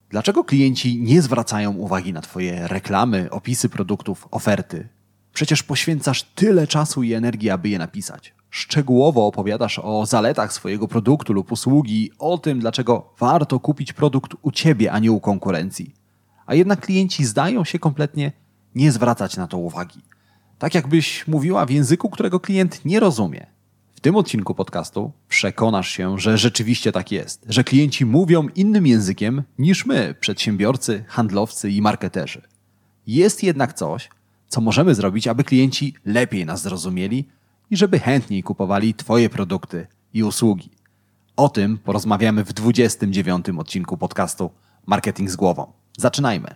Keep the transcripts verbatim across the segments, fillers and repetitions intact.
Dlaczego klienci nie zwracają uwagi na Twoje reklamy, opisy produktów, oferty? Przecież poświęcasz tyle czasu i energii, aby je napisać. Szczegółowo opowiadasz o zaletach swojego produktu lub usługi, o tym, dlaczego warto kupić produkt u Ciebie, a nie u konkurencji. A jednak klienci zdają się kompletnie nie zwracać na to uwagi. Tak jakbyś mówiła w języku, którego klient nie rozumie. W tym odcinku podcastu przekonasz się, że rzeczywiście tak jest, że klienci mówią innym językiem niż my, przedsiębiorcy, handlowcy i marketerzy. Jest jednak coś, co możemy zrobić, aby klienci lepiej nas zrozumieli i żeby chętniej kupowali Twoje produkty i usługi. O tym porozmawiamy w dwudziestym dziewiątym odcinku podcastu Marketing z głową. Zaczynajmy!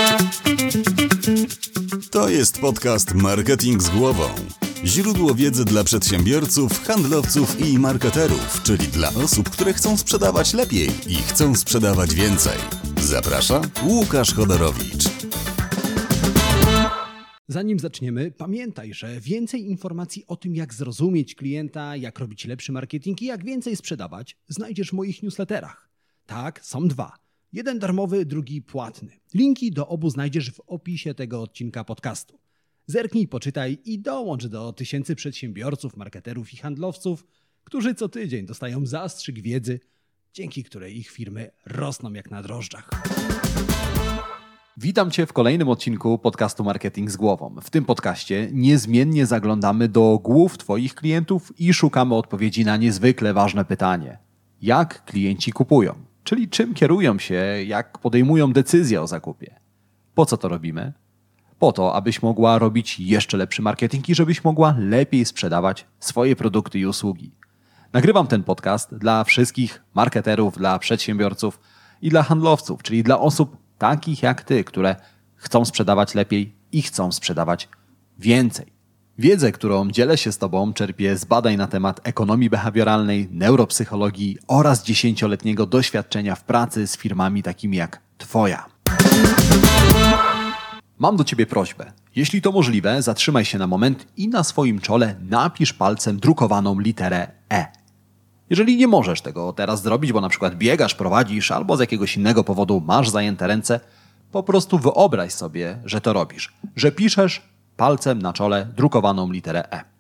To jest podcast Marketing z głową. Źródło wiedzy dla przedsiębiorców, handlowców i marketerów, czyli dla osób, które chcą sprzedawać lepiej i chcą sprzedawać więcej. Zaprasza Łukasz Chodorowicz. Zanim zaczniemy, pamiętaj, że więcej informacji o tym, jak zrozumieć klienta, jak robić lepszy marketing i jak więcej sprzedawać, znajdziesz w moich newsletterach. Tak, są dwa. Jeden darmowy, drugi płatny. Linki do obu znajdziesz w opisie tego odcinka podcastu. Zerknij, poczytaj i dołącz do tysięcy przedsiębiorców, marketerów i handlowców, którzy co tydzień dostają zastrzyk wiedzy, dzięki której ich firmy rosną jak na drożdżach. Witam Cię w kolejnym odcinku podcastu Marketing z głową. W tym podcaście niezmiennie zaglądamy do głów Twoich klientów i szukamy odpowiedzi na niezwykle ważne pytanie. Jak klienci kupują? Czyli czym kierują się, jak podejmują decyzję o zakupie? Po co to robimy? Po to, abyś mogła robić jeszcze lepszy marketing i żebyś mogła lepiej sprzedawać swoje produkty i usługi. Nagrywam ten podcast dla wszystkich marketerów, dla przedsiębiorców i dla handlowców, czyli dla osób takich jak Ty, które chcą sprzedawać lepiej i chcą sprzedawać więcej. Wiedzę, którą dzielę się z Tobą, czerpię z badań na temat ekonomii behawioralnej, neuropsychologii oraz dziesięcioletniego doświadczenia w pracy z firmami takimi jak Twoja. Mam do Ciebie prośbę. Jeśli to możliwe, zatrzymaj się na moment i na swoim czole napisz palcem drukowaną literę E. Jeżeli nie możesz tego teraz zrobić, bo na przykład biegasz, prowadzisz albo z jakiegoś innego powodu masz zajęte ręce, po prostu wyobraź sobie, że to robisz, że piszesz palcem na czole drukowaną literę E.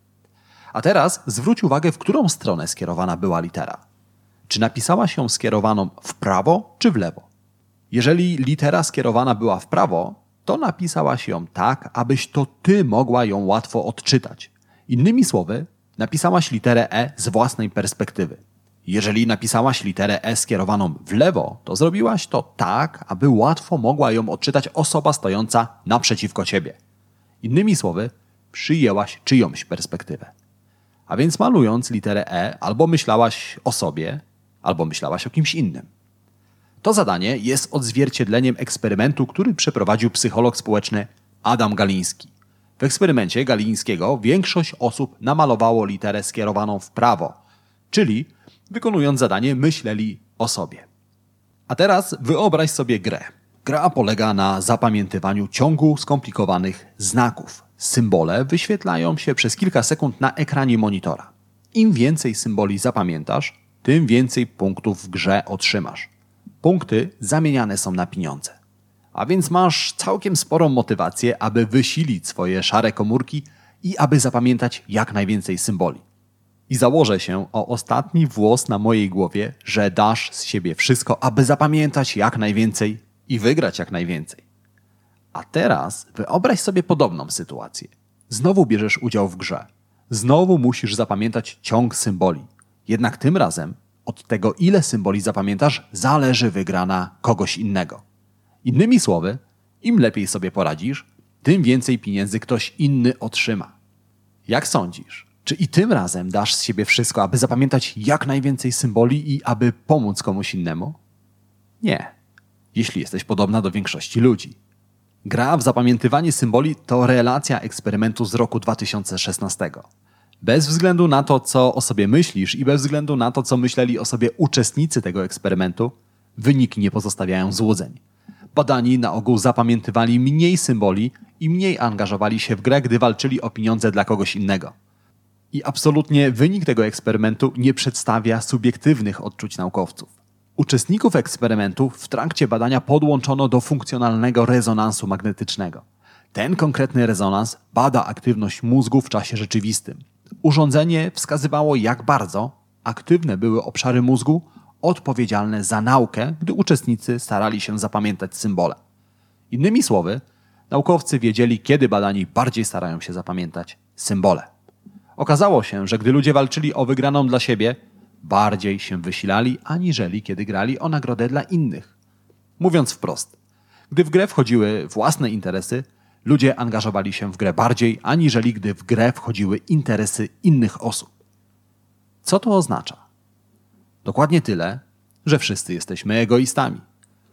A teraz zwróć uwagę, w którą stronę skierowana była litera. Czy napisałaś ją skierowaną w prawo czy w lewo? Jeżeli litera skierowana była w prawo, to napisałaś ją tak, abyś to Ty mogła ją łatwo odczytać. Innymi słowy, napisałaś literę E z własnej perspektywy. Jeżeli napisałaś literę E skierowaną w lewo, to zrobiłaś to tak, aby łatwo mogła ją odczytać osoba stojąca naprzeciwko Ciebie. Innymi słowy, przyjęłaś czyjąś perspektywę. A więc malując literę E, albo myślałaś o sobie, albo myślałaś o kimś innym. To zadanie jest odzwierciedleniem eksperymentu, który przeprowadził psycholog społeczny Adam Galiński. W eksperymencie Galińskiego większość osób namalowało literę skierowaną w prawo, czyli wykonując zadanie myśleli o sobie. A teraz wyobraź sobie grę. Gra polega na zapamiętywaniu ciągu skomplikowanych znaków. Symbole wyświetlają się przez kilka sekund na ekranie monitora. Im więcej symboli zapamiętasz, tym więcej punktów w grze otrzymasz. Punkty zamieniane są na pieniądze. A więc masz całkiem sporą motywację, aby wysilić swoje szare komórki i aby zapamiętać jak najwięcej symboli. I założę się o ostatni włos na mojej głowie, że dasz z siebie wszystko, aby zapamiętać jak najwięcej i wygrać jak najwięcej. A teraz wyobraź sobie podobną sytuację. Znowu bierzesz udział w grze. Znowu musisz zapamiętać ciąg symboli. Jednak tym razem od tego, ile symboli zapamiętasz, zależy wygrana kogoś innego. Innymi słowy, im lepiej sobie poradzisz, tym więcej pieniędzy ktoś inny otrzyma. Jak sądzisz, czy i tym razem dasz z siebie wszystko, aby zapamiętać jak najwięcej symboli i aby pomóc komuś innemu? Nie, jeśli jesteś podobna do większości ludzi. Gra w zapamiętywanie symboli to relacja eksperymentu z roku dwa tysiące szesnastego. Bez względu na to, co o sobie myślisz i bez względu na to, co myśleli o sobie uczestnicy tego eksperymentu, wyniki nie pozostawiają złudzeń. Badani na ogół zapamiętywali mniej symboli i mniej angażowali się w grę, gdy walczyli o pieniądze dla kogoś innego. I absolutnie wynik tego eksperymentu nie przedstawia subiektywnych odczuć naukowców. Uczestników eksperymentu w trakcie badania podłączono do funkcjonalnego rezonansu magnetycznego. Ten konkretny rezonans bada aktywność mózgu w czasie rzeczywistym. Urządzenie wskazywało, jak bardzo aktywne były obszary mózgu odpowiedzialne za naukę, gdy uczestnicy starali się zapamiętać symbole. Innymi słowy, naukowcy wiedzieli, kiedy badani bardziej starają się zapamiętać symbole. Okazało się, że gdy ludzie walczyli o wygraną dla siebie, bardziej się wysilali, aniżeli kiedy grali o nagrodę dla innych. Mówiąc wprost, gdy w grę wchodziły własne interesy, ludzie angażowali się w grę bardziej, aniżeli gdy w grę wchodziły interesy innych osób. Co to oznacza? Dokładnie tyle, że wszyscy jesteśmy egoistami.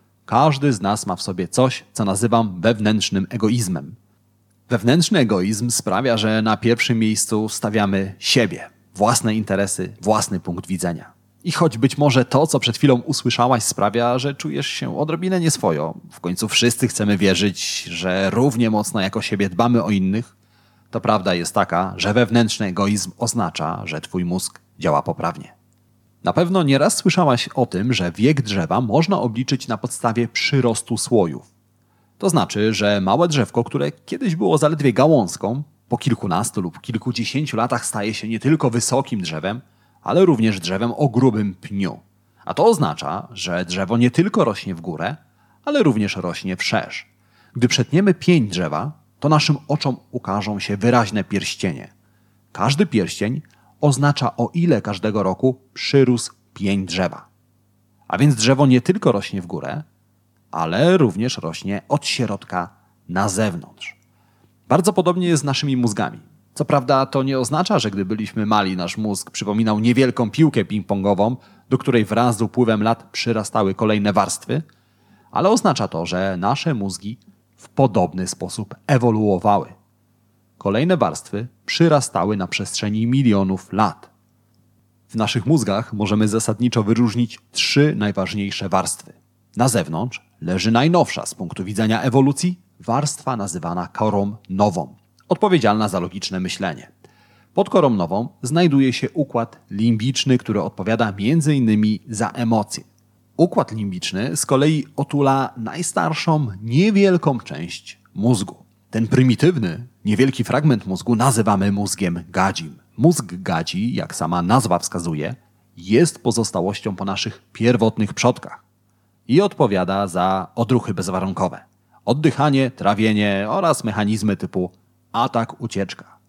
Każdy z nas ma w sobie coś, co nazywam wewnętrznym egoizmem. Wewnętrzny egoizm sprawia, że na pierwszym miejscu stawiamy siebie, własne interesy, własny punkt widzenia. I choć być może to, co przed chwilą usłyszałaś, sprawia, że czujesz się odrobinę nieswojo, w końcu wszyscy chcemy wierzyć, że równie mocno jak o siebie dbamy o innych, to prawda jest taka, że wewnętrzny egoizm oznacza, że twój mózg działa poprawnie. Na pewno nieraz słyszałaś o tym, że wiek drzewa można obliczyć na podstawie przyrostu słojów. To znaczy, że małe drzewko, które kiedyś było zaledwie gałązką, po kilkunastu lub kilkudziesięciu latach staje się nie tylko wysokim drzewem, ale również drzewem o grubym pniu. A to oznacza, że drzewo nie tylko rośnie w górę, ale również rośnie wszerz. Gdy przetniemy pień drzewa, to naszym oczom ukażą się wyraźne pierścienie. Każdy pierścień oznacza, o ile każdego roku przyrósł pień drzewa. A więc drzewo nie tylko rośnie w górę, ale również rośnie od środka na zewnątrz. Bardzo podobnie jest z naszymi mózgami. Co prawda to nie oznacza, że gdy byliśmy mali, nasz mózg przypominał niewielką piłkę ping-pongową, do której wraz z upływem lat przyrastały kolejne warstwy, ale oznacza to, że nasze mózgi w podobny sposób ewoluowały. Kolejne warstwy przyrastały na przestrzeni milionów lat. W naszych mózgach możemy zasadniczo wyróżnić trzy najważniejsze warstwy. Na zewnątrz leży najnowsza z punktu widzenia ewolucji warstwa nazywana korą nową, odpowiedzialna za logiczne myślenie. Pod korą nową znajduje się układ limbiczny, który odpowiada między innymi za emocje. Układ limbiczny z kolei otula najstarszą, niewielką część mózgu. Ten prymitywny, niewielki fragment mózgu nazywamy mózgiem gadzim. Mózg gadzi, jak sama nazwa wskazuje, jest pozostałością po naszych pierwotnych przodkach i odpowiada za odruchy bezwarunkowe. Oddychanie, trawienie oraz mechanizmy typu atak, ucieczka.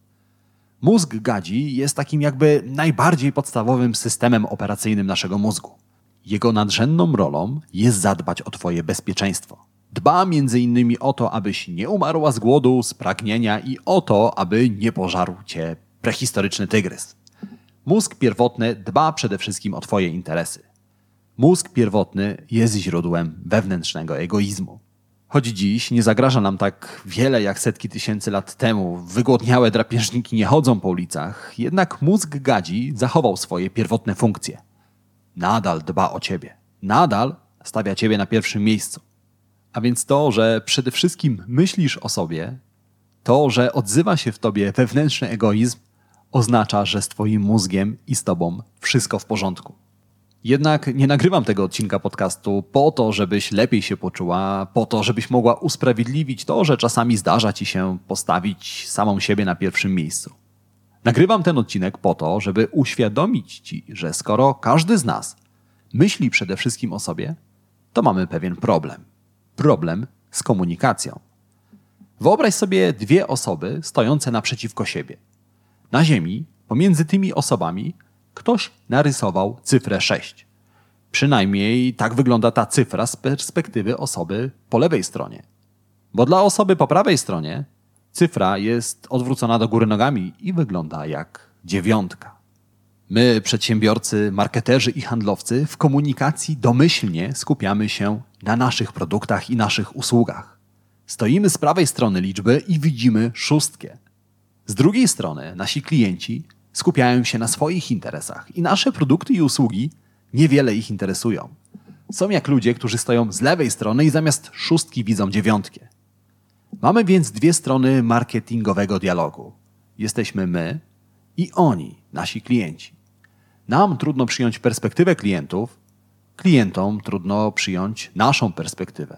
Mózg gadzi jest takim jakby najbardziej podstawowym systemem operacyjnym naszego mózgu. Jego nadrzędną rolą jest zadbać o twoje bezpieczeństwo. Dba między innymi o to, abyś nie umarła z głodu, z pragnienia i o to, aby nie pożarł cię prehistoryczny tygrys. Mózg pierwotny dba przede wszystkim o twoje interesy. Mózg pierwotny jest źródłem wewnętrznego egoizmu. Choć dziś nie zagraża nam tak wiele jak setki tysięcy lat temu, wygłodniałe drapieżniki nie chodzą po ulicach, jednak mózg gadzi zachował swoje pierwotne funkcje. Nadal dba o ciebie. Nadal stawia ciebie na pierwszym miejscu. A więc to, że przede wszystkim myślisz o sobie, to, że odzywa się w tobie wewnętrzny egoizm, oznacza, że z twoim mózgiem i z tobą wszystko w porządku. Jednak nie nagrywam tego odcinka podcastu po to, żebyś lepiej się poczuła, po to, żebyś mogła usprawiedliwić to, że czasami zdarza ci się postawić samą siebie na pierwszym miejscu. Nagrywam ten odcinek po to, żeby uświadomić ci, że skoro każdy z nas myśli przede wszystkim o sobie, to mamy pewien problem. Problem z komunikacją. Wyobraź sobie dwie osoby stojące naprzeciwko siebie. Na ziemi, pomiędzy tymi osobami, ktoś narysował cyfrę sześć. Przynajmniej tak wygląda ta cyfra z perspektywy osoby po lewej stronie. Bo dla osoby po prawej stronie cyfra jest odwrócona do góry nogami i wygląda jak dziewiątka. My, przedsiębiorcy, marketerzy i handlowcy, w komunikacji domyślnie skupiamy się na naszych produktach i naszych usługach. Stoimy z prawej strony liczby i widzimy szóstkę. Z drugiej strony nasi klienci skupiają się na swoich interesach i nasze produkty i usługi niewiele ich interesują. Są jak ludzie, którzy stoją z lewej strony i zamiast szóstki widzą dziewiątkę. Mamy więc dwie strony marketingowego dialogu. Jesteśmy my i oni, nasi klienci. Nam trudno przyjąć perspektywę klientów, klientom trudno przyjąć naszą perspektywę.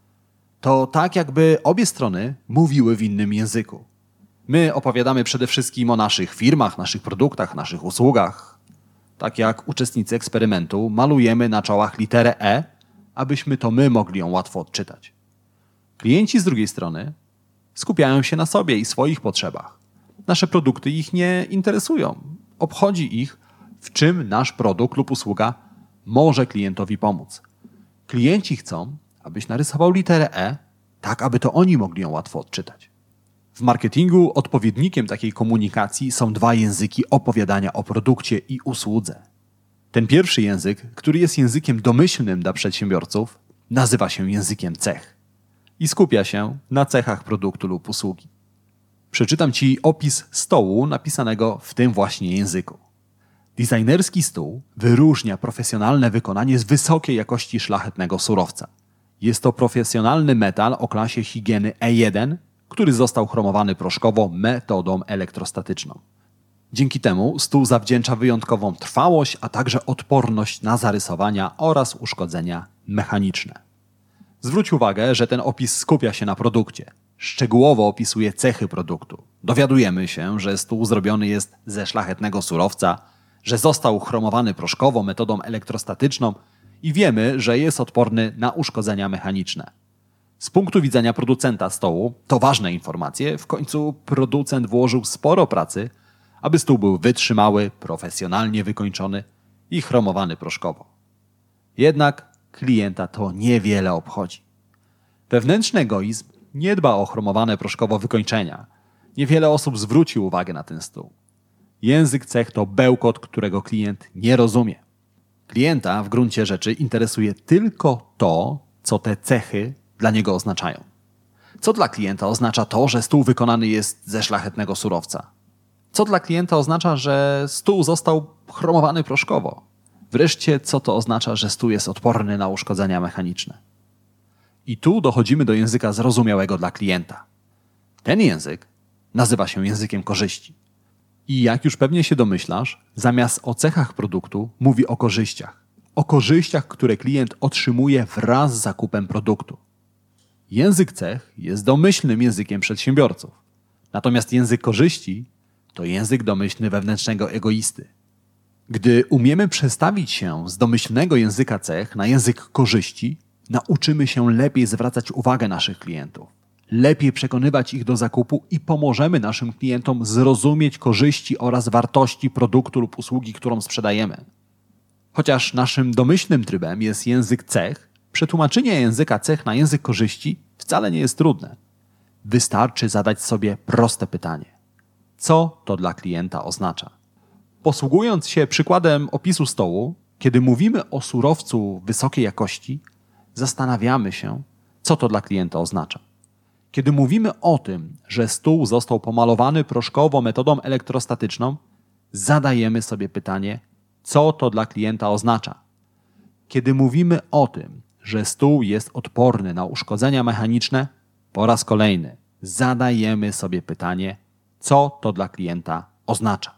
To tak, jakby obie strony mówiły w innym języku. My opowiadamy przede wszystkim o naszych firmach, naszych produktach, naszych usługach. Tak jak uczestnicy eksperymentu malujemy na czołach literę E, abyśmy to my mogli ją łatwo odczytać. Klienci z drugiej strony skupiają się na sobie i swoich potrzebach. Nasze produkty ich nie interesują. Obchodzi ich, w czym nasz produkt lub usługa może klientowi pomóc. Klienci chcą, abyś narysował literę E, tak aby to oni mogli ją łatwo odczytać. W marketingu odpowiednikiem takiej komunikacji są dwa języki opowiadania o produkcie i usłudze. Ten pierwszy język, który jest językiem domyślnym dla przedsiębiorców, nazywa się językiem cech i skupia się na cechach produktu lub usługi. Przeczytam Ci opis stołu napisanego w tym właśnie języku. Designerski stół wyróżnia profesjonalne wykonanie z wysokiej jakości szlachetnego surowca. Jest to profesjonalny metal o klasie higieny E jeden, który został chromowany proszkowo metodą elektrostatyczną. Dzięki temu stół zawdzięcza wyjątkową trwałość, a także odporność na zarysowania oraz uszkodzenia mechaniczne. Zwróć uwagę, że ten opis skupia się na produkcie. Szczegółowo opisuje cechy produktu. Dowiadujemy się, że stół zrobiony jest ze szlachetnego surowca, że został chromowany proszkowo metodą elektrostatyczną i wiemy, że jest odporny na uszkodzenia mechaniczne. Z punktu widzenia producenta stołu to ważne informacje. W końcu producent włożył sporo pracy, aby stół był wytrzymały, profesjonalnie wykończony i chromowany proszkowo. Jednak klienta to niewiele obchodzi. Wewnętrzny egoizm nie dba o chromowane proszkowo wykończenia. Niewiele osób zwróci uwagę na ten stół. Język cech to bełkot, którego klient nie rozumie. Klienta w gruncie rzeczy interesuje tylko to, co te cechy dla niego oznaczają. Co dla klienta oznacza to, że stół wykonany jest ze szlachetnego surowca? Co dla klienta oznacza, że stół został chromowany proszkowo? Wreszcie, co to oznacza, że stół jest odporny na uszkodzenia mechaniczne? I tu dochodzimy do języka zrozumiałego dla klienta. Ten język nazywa się językiem korzyści. I jak już pewnie się domyślasz, zamiast o cechach produktu mówi o korzyściach. O korzyściach, które klient otrzymuje wraz z zakupem produktu. Język cech jest domyślnym językiem przedsiębiorców. Natomiast język korzyści to język domyślny wewnętrznego egoisty. Gdy umiemy przestawić się z domyślnego języka cech na język korzyści, nauczymy się lepiej zwracać uwagę naszych klientów, lepiej przekonywać ich do zakupu i pomożemy naszym klientom zrozumieć korzyści oraz wartości produktu lub usługi, którą sprzedajemy. Chociaż naszym domyślnym trybem jest język cech, przetłumaczenie języka cech na język korzyści wcale nie jest trudne. Wystarczy zadać sobie proste pytanie. Co to dla klienta oznacza? Posługując się przykładem opisu stołu, kiedy mówimy o surowcu wysokiej jakości, zastanawiamy się, co to dla klienta oznacza. Kiedy mówimy o tym, że stół został pomalowany proszkowo metodą elektrostatyczną, zadajemy sobie pytanie, co to dla klienta oznacza. Kiedy mówimy o tym, że stół jest odporny na uszkodzenia mechaniczne, po raz kolejny zadajemy sobie pytanie, co to dla klienta oznacza.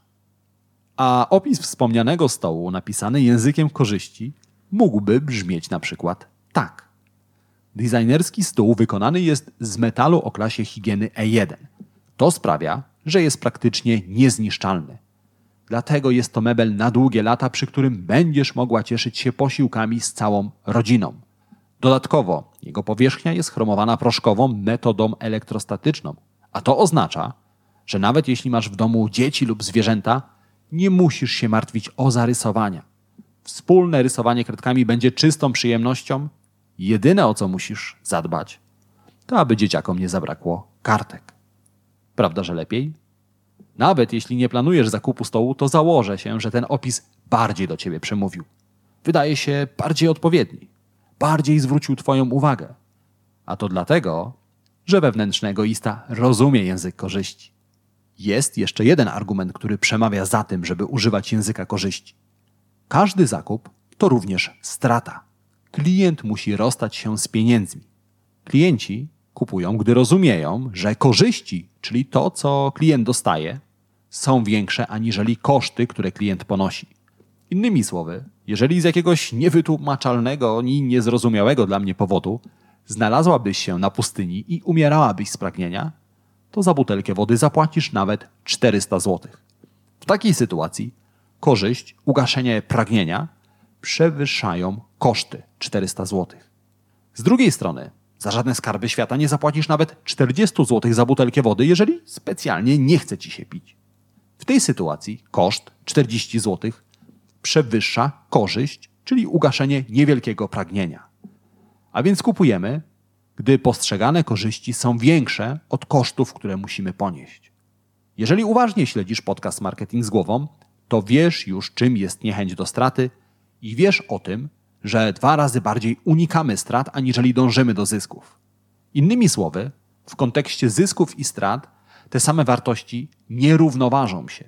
A opis wspomnianego stołu napisany językiem korzyści mógłby brzmieć na przykład tak. Designerski stół wykonany jest z metalu o klasie higieny E jeden. To sprawia, że jest praktycznie niezniszczalny. Dlatego jest to mebel na długie lata, przy którym będziesz mogła cieszyć się posiłkami z całą rodziną. Dodatkowo jego powierzchnia jest chromowana proszkową metodą elektrostatyczną, a to oznacza, że nawet jeśli masz w domu dzieci lub zwierzęta, nie musisz się martwić o zarysowania. Wspólne rysowanie kredkami będzie czystą przyjemnością. Jedyne, o co musisz zadbać, to aby dzieciakom nie zabrakło kartek. Prawda, że lepiej? Nawet jeśli nie planujesz zakupu stołu, to założę się, że ten opis bardziej do ciebie przemówił. Wydaje się bardziej odpowiedni. Bardziej zwrócił twoją uwagę. A to dlatego, że wewnętrzny egoista rozumie język korzyści. Jest jeszcze jeden argument, który przemawia za tym, żeby używać języka korzyści. Każdy zakup to również strata. Klient musi rozstać się z pieniędzmi. Klienci kupują, gdy rozumieją, że korzyści, czyli to, co klient dostaje, są większe aniżeli koszty, które klient ponosi. Innymi słowy, Jeżeli z jakiegoś niewytłumaczalnego ni niezrozumiałego dla mnie powodu znalazłabyś się na pustyni i umierałabyś z pragnienia, to za butelkę wody zapłacisz nawet czterysta złotych. W takiej sytuacji korzyść, ugaszenie pragnienia przewyższają koszty czterysta złotych. Z drugiej strony, za żadne skarby świata nie zapłacisz nawet czterdzieści złotych za butelkę wody, jeżeli specjalnie nie chce ci się pić. W tej sytuacji koszt czterdzieści złotych przewyższa korzyść, czyli ugaszenie niewielkiego pragnienia. A więc kupujemy, gdy postrzegane korzyści są większe od kosztów, które musimy ponieść. Jeżeli uważnie śledzisz podcast Marketing z Głową, to wiesz już, czym jest niechęć do straty i wiesz o tym, że dwa razy bardziej unikamy strat, aniżeli dążymy do zysków. Innymi słowy, w kontekście zysków i strat te same wartości nie równoważą się.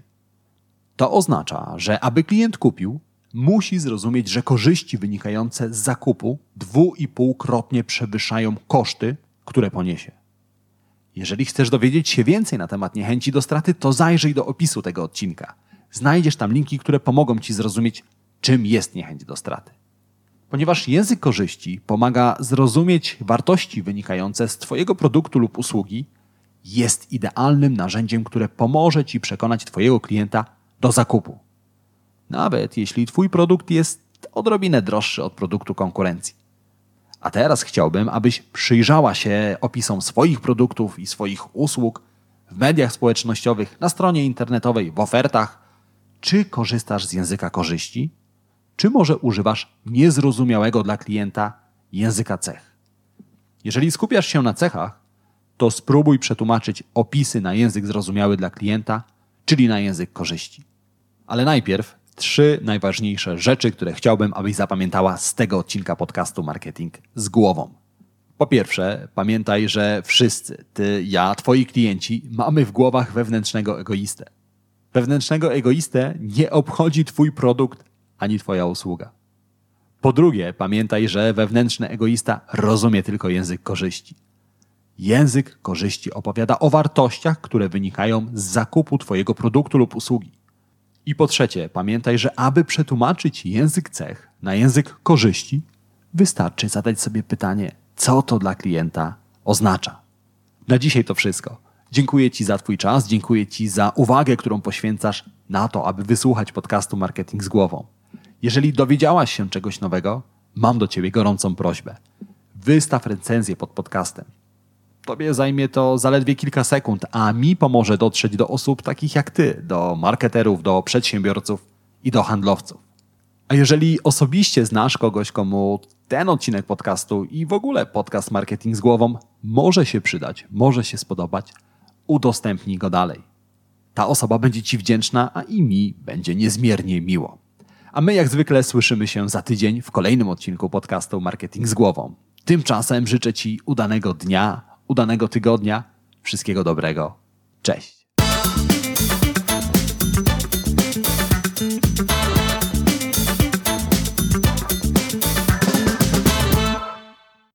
To oznacza, że aby klient kupił, musi zrozumieć, że korzyści wynikające z zakupu dwu i półkrotnie przewyższają koszty, które poniesie. Jeżeli chcesz dowiedzieć się więcej na temat niechęci do straty, to zajrzyj do opisu tego odcinka. Znajdziesz tam linki, które pomogą ci zrozumieć, czym jest niechęć do straty. Ponieważ język korzyści pomaga zrozumieć wartości wynikające z twojego produktu lub usługi, jest idealnym narzędziem, które pomoże ci przekonać twojego klienta do zakupu. Nawet jeśli twój produkt jest odrobinę droższy od produktu konkurencji. A teraz chciałbym, abyś przyjrzała się opisom swoich produktów i swoich usług w mediach społecznościowych, na stronie internetowej, w ofertach. Czy korzystasz z języka korzyści? Czy może używasz niezrozumiałego dla klienta języka cech? Jeżeli skupiasz się na cechach, to spróbuj przetłumaczyć opisy na język zrozumiały dla klienta, czyli na język korzyści. Ale najpierw trzy najważniejsze rzeczy, które chciałbym, abyś zapamiętała z tego odcinka podcastu Marketing z Głową. Po pierwsze, pamiętaj, że wszyscy, ty, ja, twoi klienci, mamy w głowach wewnętrznego egoistę. Wewnętrznego egoistę nie obchodzi twój produkt ani twoja usługa. Po drugie, pamiętaj, że wewnętrzny egoista rozumie tylko język korzyści. Język korzyści opowiada o wartościach, które wynikają z zakupu twojego produktu lub usługi. I po trzecie, pamiętaj, że aby przetłumaczyć język cech na język korzyści, wystarczy zadać sobie pytanie, co to dla klienta oznacza. Na dzisiaj to wszystko. Dziękuję ci za twój czas, dziękuję ci za uwagę, którą poświęcasz na to, aby wysłuchać podcastu Marketing z Głową. Jeżeli dowiedziałaś się czegoś nowego, mam do ciebie gorącą prośbę. Wystaw recenzję pod podcastem. Tobie zajmie to zaledwie kilka sekund, a mi pomoże dotrzeć do osób takich jak ty, do marketerów, do przedsiębiorców i do handlowców. A jeżeli osobiście znasz kogoś, komu ten odcinek podcastu i w ogóle podcast Marketing z Głową może się przydać, może się spodobać, udostępnij go dalej. Ta osoba będzie ci wdzięczna, a i mi będzie niezmiernie miło. A my jak zwykle słyszymy się za tydzień w kolejnym odcinku podcastu Marketing z Głową. Tymczasem życzę ci udanego dnia, udanego tygodnia. Wszystkiego dobrego. Cześć.